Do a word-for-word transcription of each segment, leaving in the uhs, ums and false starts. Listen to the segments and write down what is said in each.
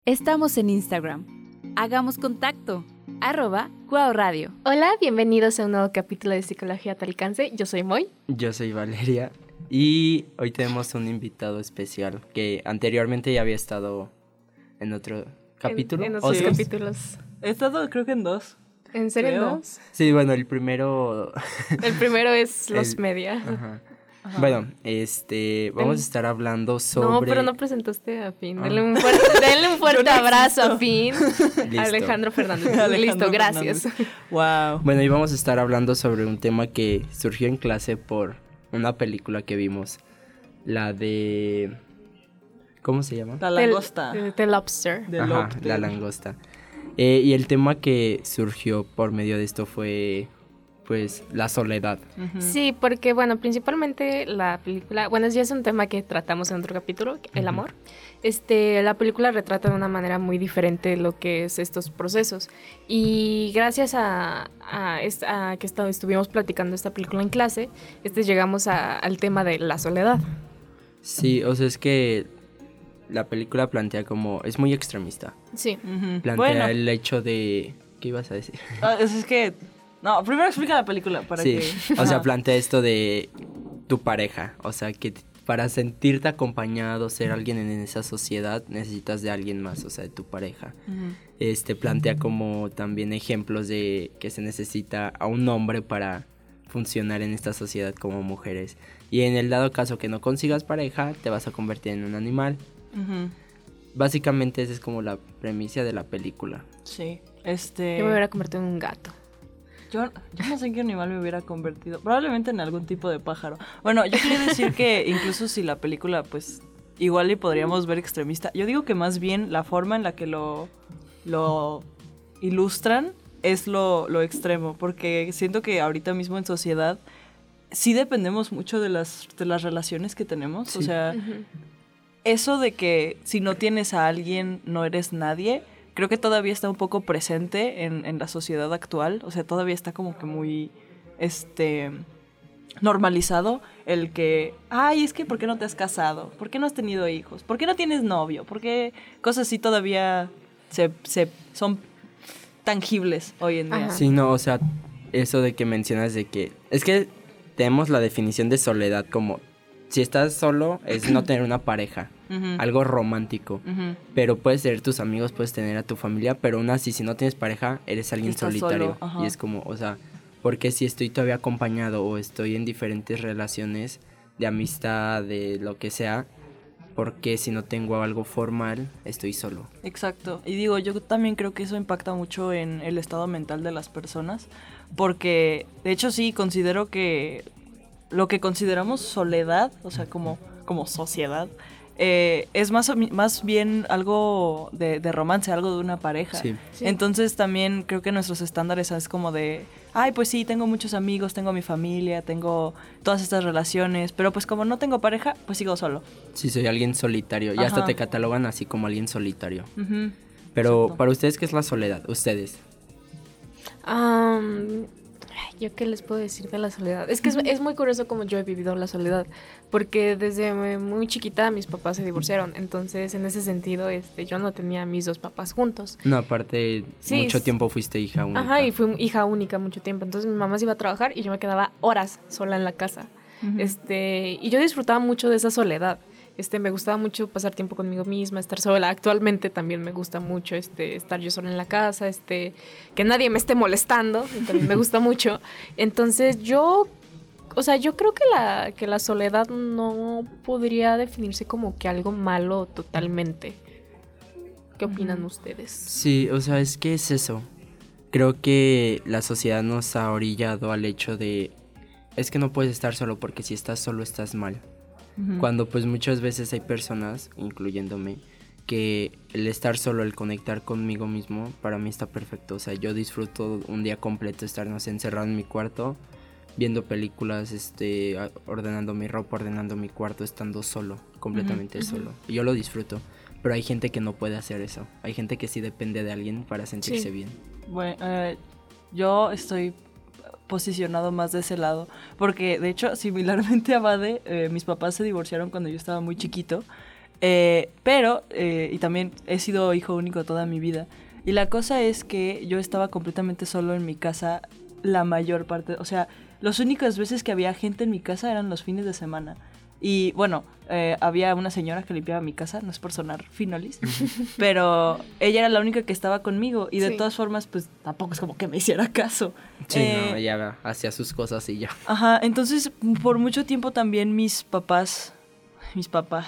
Estamos en Instagram. Hagamos contacto. Arroba Cuau Radio. Hola, bienvenidos a un nuevo capítulo de Psicología a tu alcance. Yo soy Moy. Yo soy Valeria. Y hoy tenemos un invitado especial que anteriormente ya había estado en otro capítulo. En, en otros sí. capítulos. He estado creo que en dos. ¿En serio Creo. dos? Sí, bueno, el primero... El primero es Los El- Media. Ajá. Ajá. Bueno, este, vamos a estar hablando sobre... No, pero no presentaste a Fin. Ah. Denle un fuerte, denle un fuerte Yo no abrazo a existo. Fin. Listo. Alejandro Fernández. Alejandro Listo, gracias. Wow. Bueno, y vamos a estar hablando sobre un tema que surgió en clase por una película que vimos. La de... ¿Cómo se llama? La langosta. The, the Lobster. The Ajá, Lobster. la langosta. Eh, y el tema que surgió por medio de esto fue, pues, la soledad. Ujú. Sí, porque bueno, principalmente la película, bueno, ya es un tema que tratamos en otro capítulo, el Ujú. amor. Este, la película retrata de una manera muy diferente lo que es estos procesos. Y gracias a, a, esta- a que estu- estuvimos platicando esta película en clase, este llegamos a- al tema de la soledad. Sí, o sea, es que la película plantea como... Es muy extremista. Sí. Ujú. Plantea Bueno, el hecho de... ¿Qué ibas a decir? ah, es, es que... No, primero explica la película para sí, que... o sea, Ajá. plantea esto de tu pareja. O sea, que t- para sentirte acompañado, ser alguien en esa sociedad, necesitas de alguien más, o sea, de tu pareja. Ujú. Este plantea como también ejemplos de que se necesita a un hombre para funcionar en esta sociedad como mujeres. Y en el dado caso que no consigas pareja, te vas a convertir en un animal. Ujú. Básicamente esa es como la premisa de la película. Sí. Este... Yo me hubiera convertido en un gato. Yo, yo no sé en qué animal me hubiera convertido. Probablemente en algún tipo de pájaro. Bueno, yo quería decir que incluso si la película, pues, igual le podríamos ver extremista. Yo digo que más bien la forma en la que lo, lo ilustran es lo, lo extremo. Porque siento que ahorita mismo en sociedad sí dependemos mucho de las, de las relaciones que tenemos. Sí. O sea, Ujú. eso de que si no tienes a alguien no eres nadie, creo que todavía está un poco presente en, en la sociedad actual. O sea, todavía está como que muy este normalizado el que, ay, es que ¿por qué no te has casado? ¿Por qué no has tenido hijos? ¿Por qué no tienes novio? ¿Por qué cosas así todavía se, se son tangibles hoy en día? Ajá. Sí, no, o sea, eso de que mencionas de que... Es que tenemos la definición de soledad como... Si estás solo, es no tener una pareja, Ujú. algo romántico. Ujú. Pero puedes tener tus amigos, puedes tener a tu familia, pero aún así, si no tienes pareja, eres alguien Estás solitario. solo, ajá. Y es como, o sea, porque si estoy todavía acompañado o estoy en diferentes relaciones de amistad, de lo que sea, porque si no tengo algo formal, estoy solo. Exacto. Y digo, yo también creo que eso impacta mucho en el estado mental de las personas, porque de hecho sí considero que lo que consideramos soledad, o sea, como, como sociedad, eh, es más, o mi- más bien algo de, de romance, algo de una pareja. Sí. Sí. Entonces también creo que nuestros estándares es como de, ay, pues sí, tengo muchos amigos, tengo mi familia, tengo todas estas relaciones, pero pues como no tengo pareja, pues sigo solo. Si soy alguien solitario, y hasta Ajá. te catalogan así como alguien solitario. Ujú. Pero Exacto. para ustedes, ¿qué es la soledad? Ustedes. Am, ay, ¿yo qué les puedo decir de la soledad? Es que es, es muy curioso cómo yo he vivido la soledad, porque desde muy chiquita mis papás se divorciaron, entonces en ese sentido este, yo no tenía a mis dos papás juntos. No, aparte, Sí, mucho es- tiempo fuiste hija única. Ajá, y fui hija única mucho tiempo, entonces mi mamá se iba a trabajar y yo me quedaba horas sola en la casa. Ujú. Este, y yo disfrutaba mucho de esa soledad. Este, me gustaba mucho pasar tiempo conmigo misma, estar sola. Actualmente también me gusta mucho este, estar yo sola en la casa, este, que nadie me esté molestando, y también me gusta mucho. Entonces yo, o sea, yo creo que la, que la soledad no podría definirse como que algo malo totalmente. ¿Qué opinan Ujú. ustedes? Sí, o sea, es que es eso. Creo que la sociedad nos ha orillado al hecho de... Es que no puedes estar solo porque si estás solo estás mal. Ujú. Cuando pues muchas veces hay personas, incluyéndome, que el estar solo, el conectar conmigo mismo, para mí está perfecto. O sea, yo disfruto un día completo estarnos encerrado en mi cuarto, viendo películas, este, a- ordenando mi ropa, ordenando mi cuarto, estando solo, completamente Ujú, ujú. solo. Y yo lo disfruto. Pero hay gente que no puede hacer eso. Hay gente que sí depende de alguien para sentirse Sí. bien. Bueno, eh, yo estoy posicionado más de ese lado, porque de hecho, similarmente a Bade, eh, mis papás se divorciaron cuando yo estaba muy chiquito, Eh, pero, eh, y también he sido hijo único toda mi vida. Y la cosa es que yo estaba completamente solo en mi casa la mayor parte. O sea, las únicas veces que había gente en mi casa eran los fines de semana. Y bueno, eh, había una señora que limpiaba mi casa, no es por sonar finolis, pero ella era la única que estaba conmigo y de Sí. todas formas, pues tampoco es como que me hiciera caso. Sí, Eh, no, ella hacía sus cosas y ya. Ajá, entonces por mucho tiempo también mis papás, mis papás,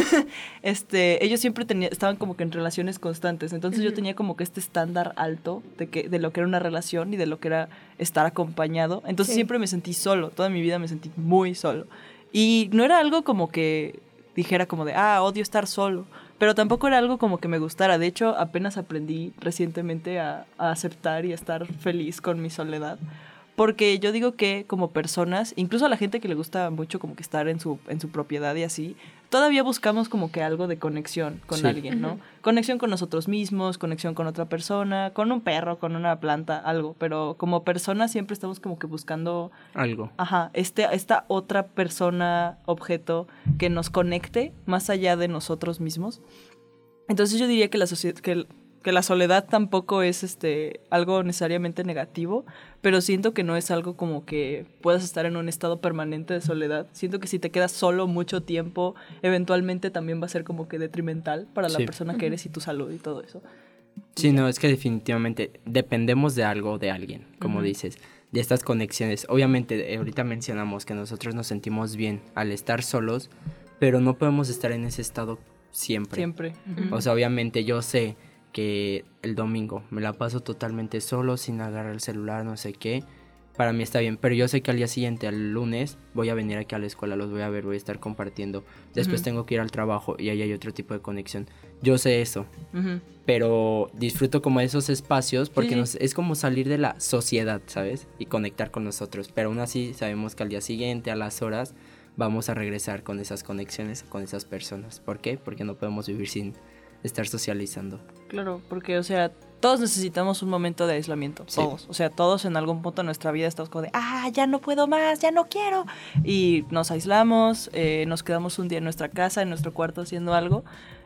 este, ellos siempre tenían, estaban como que en relaciones constantes, entonces yo tenía como que este estándar alto de que de lo que era una relación y de lo que era estar acompañado, entonces Sí. siempre me sentí solo, toda mi vida me sentí muy solo. Y no era algo como que dijera como de, ah, odio estar solo, pero tampoco era algo como que me gustara. De hecho, apenas aprendí recientemente a, a aceptar y a estar feliz con mi soledad. Porque yo digo que como personas, incluso a la gente que le gusta mucho como que estar en su, en su propiedad y así, todavía buscamos como que algo de conexión con Sí. alguien, ¿no? Conexión con nosotros mismos, conexión con otra persona, con un perro, con una planta, algo. Pero como personas siempre estamos como que buscando, Algo. ajá, este, esta otra persona, objeto que nos conecte más allá de nosotros mismos. Entonces yo diría que la sociedad, que, el- que la soledad tampoco es este algo necesariamente negativo, pero siento que no es algo como que puedas estar en un estado permanente de soledad. Siento que si te quedas solo mucho tiempo, eventualmente también va a ser como que detrimental para la Sí. persona que eres y tu salud y todo eso. Sí, no, es que definitivamente dependemos de algo o de alguien, como Ujú. dices, de estas conexiones. Obviamente, eh, ahorita mencionamos que nosotros nos sentimos bien al estar solos, pero no podemos estar en ese estado siempre. Siempre. Ujú. O sea, obviamente yo sé que el domingo me la paso totalmente solo, sin agarrar el celular, no sé qué. Para mí está bien, pero yo sé que al día siguiente, al lunes, voy a venir aquí a la escuela, los voy a ver, voy a estar compartiendo. Después Ujú. tengo que ir al trabajo y ahí hay otro tipo de conexión. Yo sé eso, Ujú. pero disfruto como esos espacios porque Sí, sí. Nos, es como salir de la sociedad, ¿sabes? Y conectar con nosotros. Pero aún así sabemos que al día siguiente, a las horas, vamos a regresar con esas conexiones, con esas personas. ¿Por qué? Porque no podemos vivir sin estar socializando. Claro, porque, o sea, todos necesitamos un momento de aislamiento, Sí. todos. O sea, todos en algún punto de nuestra vida estamos como de, ah, ya no puedo más, ya no quiero. Y nos aislamos, eh, nos quedamos un día en nuestra casa, en nuestro cuarto haciendo algo.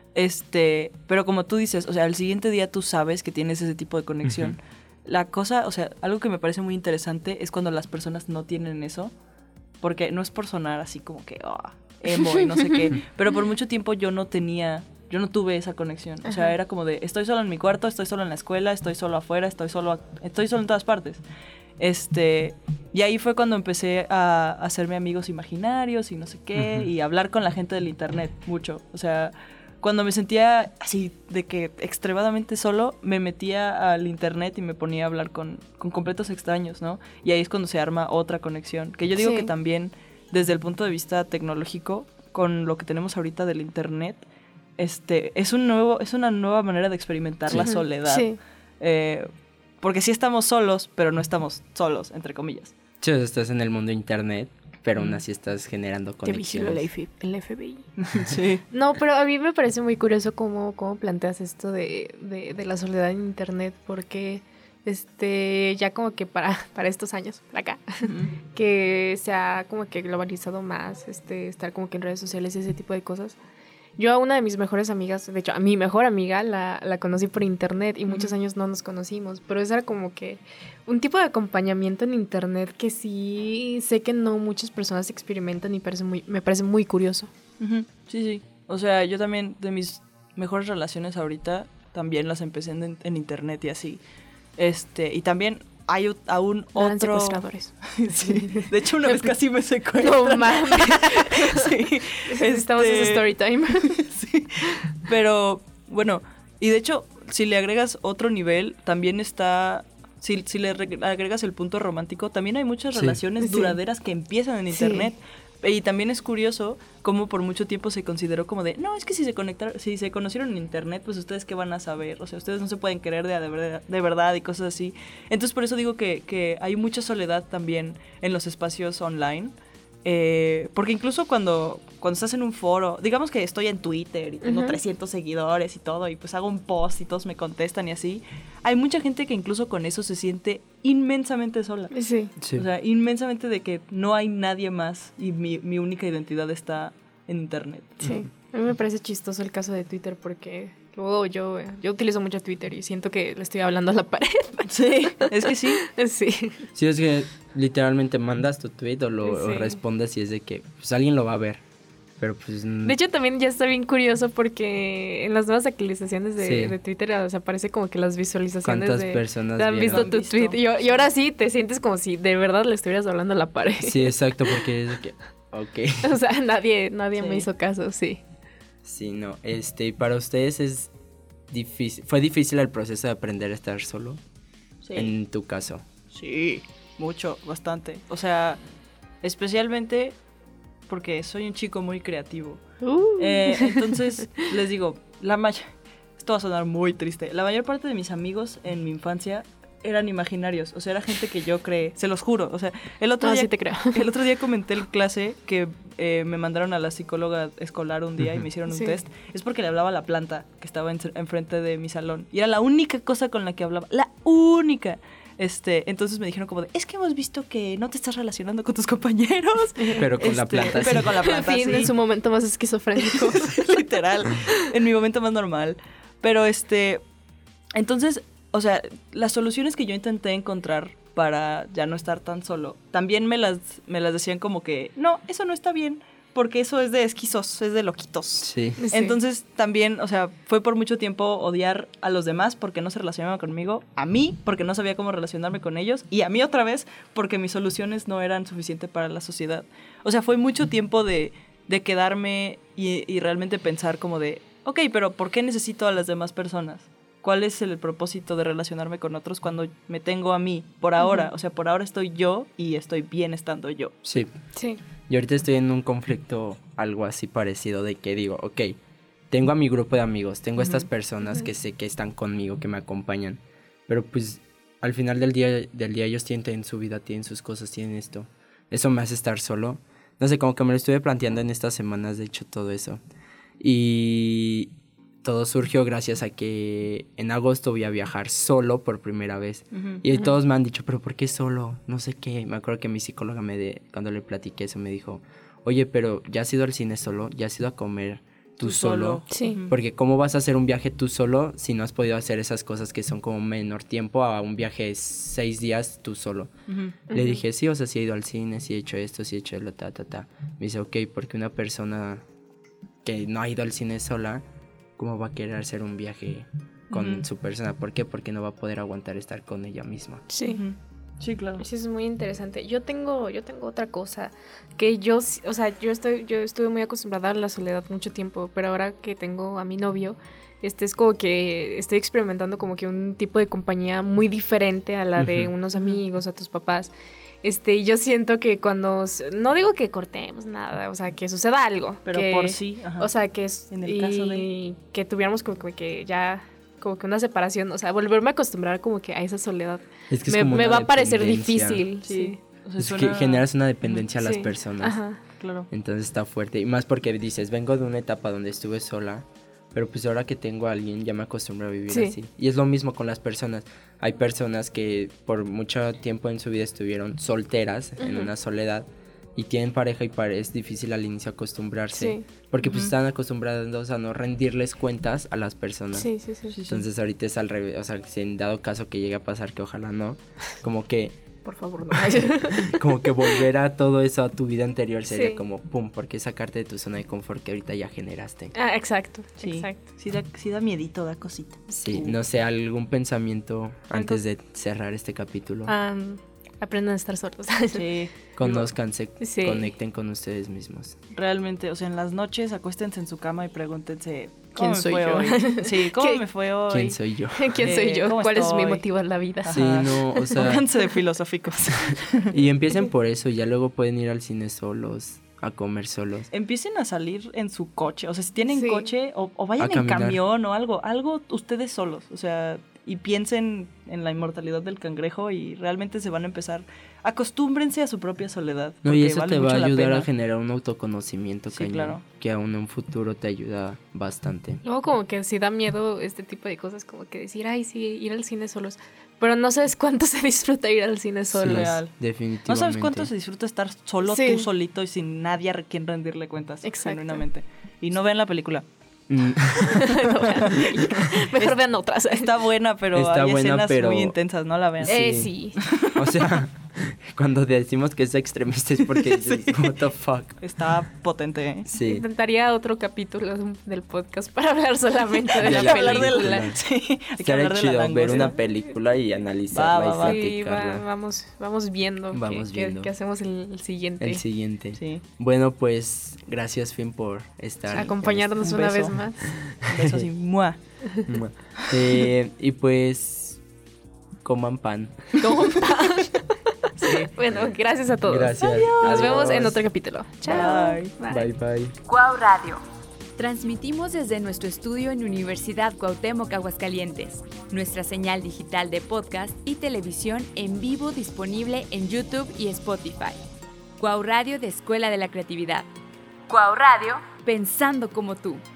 Este, pero como tú dices, o sea, al siguiente día tú sabes que tienes ese tipo de conexión. Ujú. La cosa, o sea, algo que me parece muy interesante es cuando las personas no tienen eso. Porque no es por sonar así como que, ah, emo y no sé qué. Pero por mucho tiempo yo no tenía, yo no tuve esa conexión. O sea, Ajá. era como de, estoy solo en mi cuarto, estoy solo en la escuela, estoy solo afuera, estoy solo, a- estoy solo en todas partes. Este, y ahí fue cuando empecé a hacerme amigos imaginarios y no sé qué, Ujú. y hablar con la gente del internet mucho. O sea, cuando me sentía así de que extremadamente solo, me metía al internet y me ponía a hablar con, con completos extraños, ¿no? Y ahí es cuando se arma otra conexión. Que yo digo Sí. que también, desde el punto de vista tecnológico, con lo que tenemos ahorita del internet, este, es un nuevo, es una nueva manera de experimentar la Ujú. soledad. Sí. Eh, porque sí estamos solos, pero no estamos solos, entre comillas. Sí, o sea, estás en el mundo internet, pero aún Mm. así estás generando Te vigiló el conexiones. F- el F B I. Sí. No, pero a mí me parece muy curioso cómo, cómo planteas esto de, de, de la soledad en internet, porque este ya como que para, para estos años, para acá, que se ha como que globalizado más, este, estar como que en redes sociales y ese tipo de cosas. Yo a una de mis mejores amigas, de hecho a mi mejor amiga, la, la conocí por internet y muchos Ujú. años no nos conocimos, pero eso era como que un tipo de acompañamiento en internet que sí sé que no muchas personas experimentan y parece muy, me parece muy curioso. Ujú. Sí, sí. O sea, yo también, de mis mejores relaciones ahorita, también las empecé en, en internet y así. Este, y también hay u- aún Eran otro... secuestradores. Sí. De hecho, una vez casi me secuestraron. No mames. Sí. Necesitamos Este, ese story time. Sí. Pero, bueno, y de hecho, si le agregas otro nivel, también está... Si, si le re- agregas el punto romántico, también hay muchas Sí. relaciones Sí. duraderas que empiezan en Sí. internet. Y también es curioso cómo por mucho tiempo se consideró como de, no, es que si se conectaron, si se conocieron en internet, pues ustedes qué van a saber, o sea, ustedes no se pueden querer de, de, verdad, de verdad y cosas así. Entonces por eso digo que, que hay mucha soledad también en los espacios online. Eh, porque incluso cuando, cuando estás en un foro, digamos que estoy en Twitter y tengo Ujú. trescientos seguidores y todo, y pues hago un post y todos me contestan y así, hay mucha gente que incluso con eso se siente inmensamente sola. Sí. Sí. O sea, inmensamente de que no hay nadie más y mi, mi única identidad está en internet. Sí. A mí me parece chistoso el caso de Twitter porque luego yo, yo utilizo mucho Twitter y siento que le estoy hablando a la pared. Sí, es que sí. Sí. Sí, es que literalmente mandas tu tweet o lo Sí. o respondes y es de que pues alguien lo va a ver. Pero pues... De hecho, también ya está bien curioso porque en las nuevas actualizaciones de, Sí. de Twitter, o sea, aparece como que las visualizaciones ¿cuántas de... personas han visto vieron? tu Han visto. tweet. Y, y ahora sí te sientes como si de verdad le estuvieras hablando a la pared. Sí, exacto, porque es de que... Ok. O sea, nadie, nadie Sí. me hizo caso, sí. Sí, no. Este, y para ustedes es difícil... ¿Fue difícil el proceso de aprender a estar solo? Sí. En tu caso. Sí, mucho, bastante. O sea, especialmente porque soy un chico muy creativo. Uh. Eh, entonces, les digo, la may- esto va a sonar muy triste. La mayor parte de mis amigos en mi infancia eran imaginarios. O sea, era gente que yo creé, se los juro. O sea, el otro, Ah, día, sí te creo. el otro día comenté en clase que eh, me mandaron a la psicóloga escolar un día y me hicieron un Sí. test. Es porque le hablaba a la planta que estaba en- enfrente de mi salón. Y era la única cosa con la que hablaba. La única. Este, entonces me dijeron como de, es que hemos visto que no te estás relacionando con tus compañeros. Pero con la Este, planta Pero sí. con la planta, En fin, sí. en su momento más esquizofrénico. Literal, en mi momento más normal. Pero este, entonces, o sea, las soluciones que yo intenté encontrar para ya no estar tan solo, también me las, me las decían como que, no, eso no está bien, porque eso es de esquizos, es de loquitos. Sí. Sí. Entonces también, o sea, fue por mucho tiempo odiar a los demás porque no se relacionaban conmigo, a mí porque no sabía cómo relacionarme con ellos y a mí otra vez porque mis soluciones no eran suficientes para la sociedad. O sea, fue mucho tiempo de, de quedarme y, y realmente pensar como de, ok, pero ¿por qué necesito a las demás personas? ¿Cuál es el propósito de relacionarme con otros cuando me tengo a mí? Por ahora, o sea, por ahora estoy yo y estoy bien estando yo. Sí. Sí. Yo ahorita estoy en un conflicto algo así parecido de que digo, ok, tengo a mi grupo de amigos, tengo a estas personas que sé que están conmigo, que me acompañan, pero pues al final del día, del día ellos tienen su vida, tienen sus cosas, tienen esto. Eso me hace estar solo. No sé, como que me lo estuve planteando en estas semanas, de hecho, todo eso. Y todo surgió gracias a que en agosto voy a viajar solo por primera vez. Ujú. Y todos me han dicho, pero ¿por qué solo? No sé qué. Me acuerdo que mi psicóloga, me de, cuando le platiqué eso, me dijo, oye, pero ¿ya has ido al cine solo? ¿Ya has ido a comer tú, Tú solo? solo. Sí. Ujú. Porque ¿cómo vas a hacer un viaje tú solo si no has podido hacer esas cosas que son como menor tiempo a un viaje de seis días tú solo? Ujú. Le Ujú. dije, sí, o sea, sí he ido al cine, sí he hecho esto, sí he hecho lo ta, ta, ta. Me dice, ok, porque una persona que no ha ido al cine sola, ¿cómo va a querer hacer un viaje con Ujú. su persona? ¿Por qué? Porque no va a poder aguantar estar con ella misma. Sí. Ujú. Sí, claro. Eso es muy interesante. Yo tengo, yo tengo otra cosa que yo, sí- o sea, yo estoy, yo estuve muy acostumbrada a la soledad mucho tiempo, pero ahora que tengo a mi novio, este es como que estoy experimentando como que un tipo de compañía muy diferente a la de Ujú. unos amigos, a tus papás. Este, y yo siento que cuando, s- no digo que cortemos nada, o sea, que suceda algo, Pero que- por sí, ajá. o sea, que es, En el y caso de- que tuviéramos como, como que ya como que una separación, o sea, volverme a acostumbrar como que a esa soledad. Es que es me como me una va a parecer dependencia. difícil. Sí. Sí. O sea, Es suena- que generas una dependencia a las Sí. personas. Ajá. Claro. Entonces está fuerte. Y más porque dices, vengo de una etapa donde estuve sola, pero pues ahora que tengo a alguien ya me acostumbro a vivir Sí. así. Y es lo mismo con las personas. Hay personas que por mucho tiempo en su vida estuvieron solteras, en Ujú. una soledad, y tienen pareja y pare- es difícil al inicio acostumbrarse. Sí. Porque pues Ujú. están acostumbrados a no rendirles cuentas a las personas. Sí, sí, sí. Sí, sí. Entonces ahorita es al revés, o sea, si en dado caso que llegue a pasar, que ojalá no, como que Por favor, no. como que volver a todo eso a tu vida anterior sería Sí. como pum, porque sacarte de tu zona de confort que ahorita ya generaste. Ah, exacto. Sí. Exacto. Sí da, sí da miedito, da cosita. Sí, no sé, algún pensamiento antes de cerrar este capítulo. Am, aprendan a estar solos. Sí. Conózcanse, Sí. conecten con ustedes mismos. Realmente, o sea, en las noches acuéstense en su cama y pregúntense ¿Quién ¿cómo me soy fue yo? hoy? Sí, ¿cómo ¿Qué- me fue hoy? ¿Quién soy yo? ¿Quién soy Eh, yo? ¿cómo ¿Cuál es mi estoy? motivo en la vida? Ajá. Sí, no, o sea, Pónganse de filosóficos. y empiecen por eso, y ya luego pueden ir al cine solos, a comer solos. Empiecen a salir en su coche, o sea, si tienen Sí. coche o, o vayan A en caminar. camión o algo, algo ustedes solos, o sea, y piensen en la inmortalidad del cangrejo y realmente se van a empezar, acostúmbrense a su propia soledad. No, y eso vale te va a mucho la ayudar pena. a generar un autoconocimiento, Sí, cañón, claro. que aún en un futuro te ayuda bastante. Luego como que sí da miedo este tipo de cosas, como que decir, ay, sí, ir al cine solos. Pero no sabes cuánto se disfruta ir al cine solo. Sí, real. definitivamente. ¿No sabes cuánto se disfruta estar solo, Sí. tú solito y sin nadie a quien rendirle cuentas? Exacto. Genuinamente. Y no vean la película. Mm, No vean. Mejor vean otras. Está buena, pero Está hay buena, escenas pero- muy intensas, no la vean. Eh, Sí. sí. O sea, cuando decimos que es extremista es porque dices, what the fuck. Está potente, ¿eh? Sí. Intentaría otro capítulo del podcast para hablar solamente de, De la la hablar película. película. Sí, hay que Estaría hablar de la chido ver langosta. una película y analizarla Va, va, va. y Sí, va- platicarla. vamos, vamos viendo qué- Vamos qué, viendo. qué hacemos el, el siguiente. El siguiente. Sí. Bueno, pues gracias, Fin, por estar. Acompañarnos Un una beso. vez más. Besos y ¡mua! Mua. Eh, y pues coman pan. Como pan. Bueno, gracias a todos. Gracias. Nos vemos en Adiós. otro capítulo. Chao. Bye. Bye bye. Cuau Radio. Transmitimos desde nuestro estudio en Universidad Cuauhtémoc, Aguascalientes. Nuestra señal digital de podcast y televisión en vivo disponible en YouTube y Spotify. Cuau Radio de Escuela de la Creatividad. Cuau Radio, pensando como tú.